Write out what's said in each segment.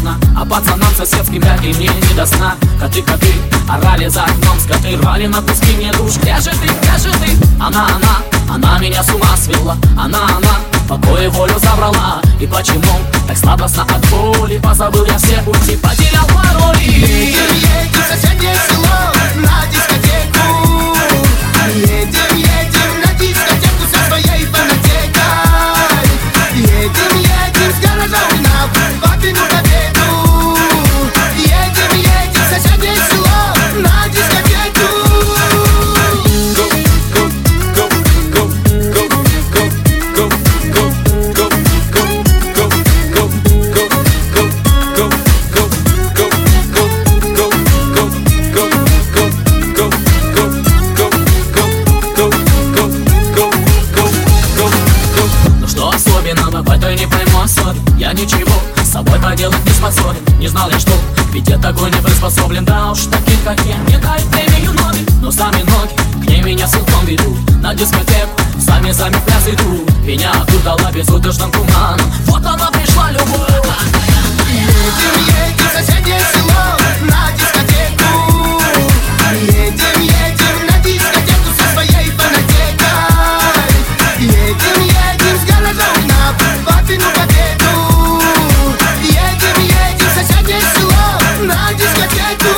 холодно, а пацанам соседским вряд ли мне не до сна. Коты, орали за окном, скоты рвали на куски мне душ. Где же ты, где же ты? Она меня с ума свела. Она, покой и волю забрала. И почему так сладостно от боли? Позабыл я все пути, потерял пароли. Едем в соседнее село на дискотеку. Едем на дискотеку со своей фанатекой. Едем с гаража угнав папину победу. Едем в соседнее село на дискотеку. В этой не пойму особи. Я ничего с собой поделать не способен. Не знал я, что ведь я такой не приспособлен. Да уж таких, как я, не дают премию Нобель. Но сами ноги к ней меня силком ведут. На дискотеку сами в пляс идут. Меня окутала безудержным туманом. Вот она пришла, любовь. Едем в соседнее село на дискотеку. Едем на дискотеку со своей фанатекой. Едем с гаража угнав папину победу. Едем в соседнее село на дискотеку.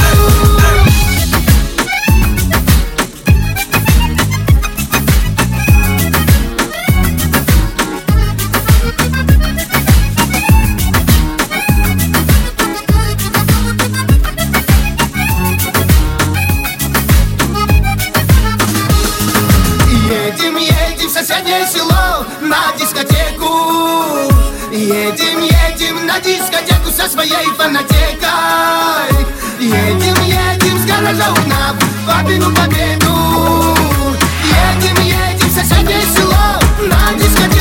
Едем в соседнее село на дискотеку. Едем на дискотеку со своей фанатекой. Едем с гаража угнав папину победу. Едем в соседнее село на дискотеку.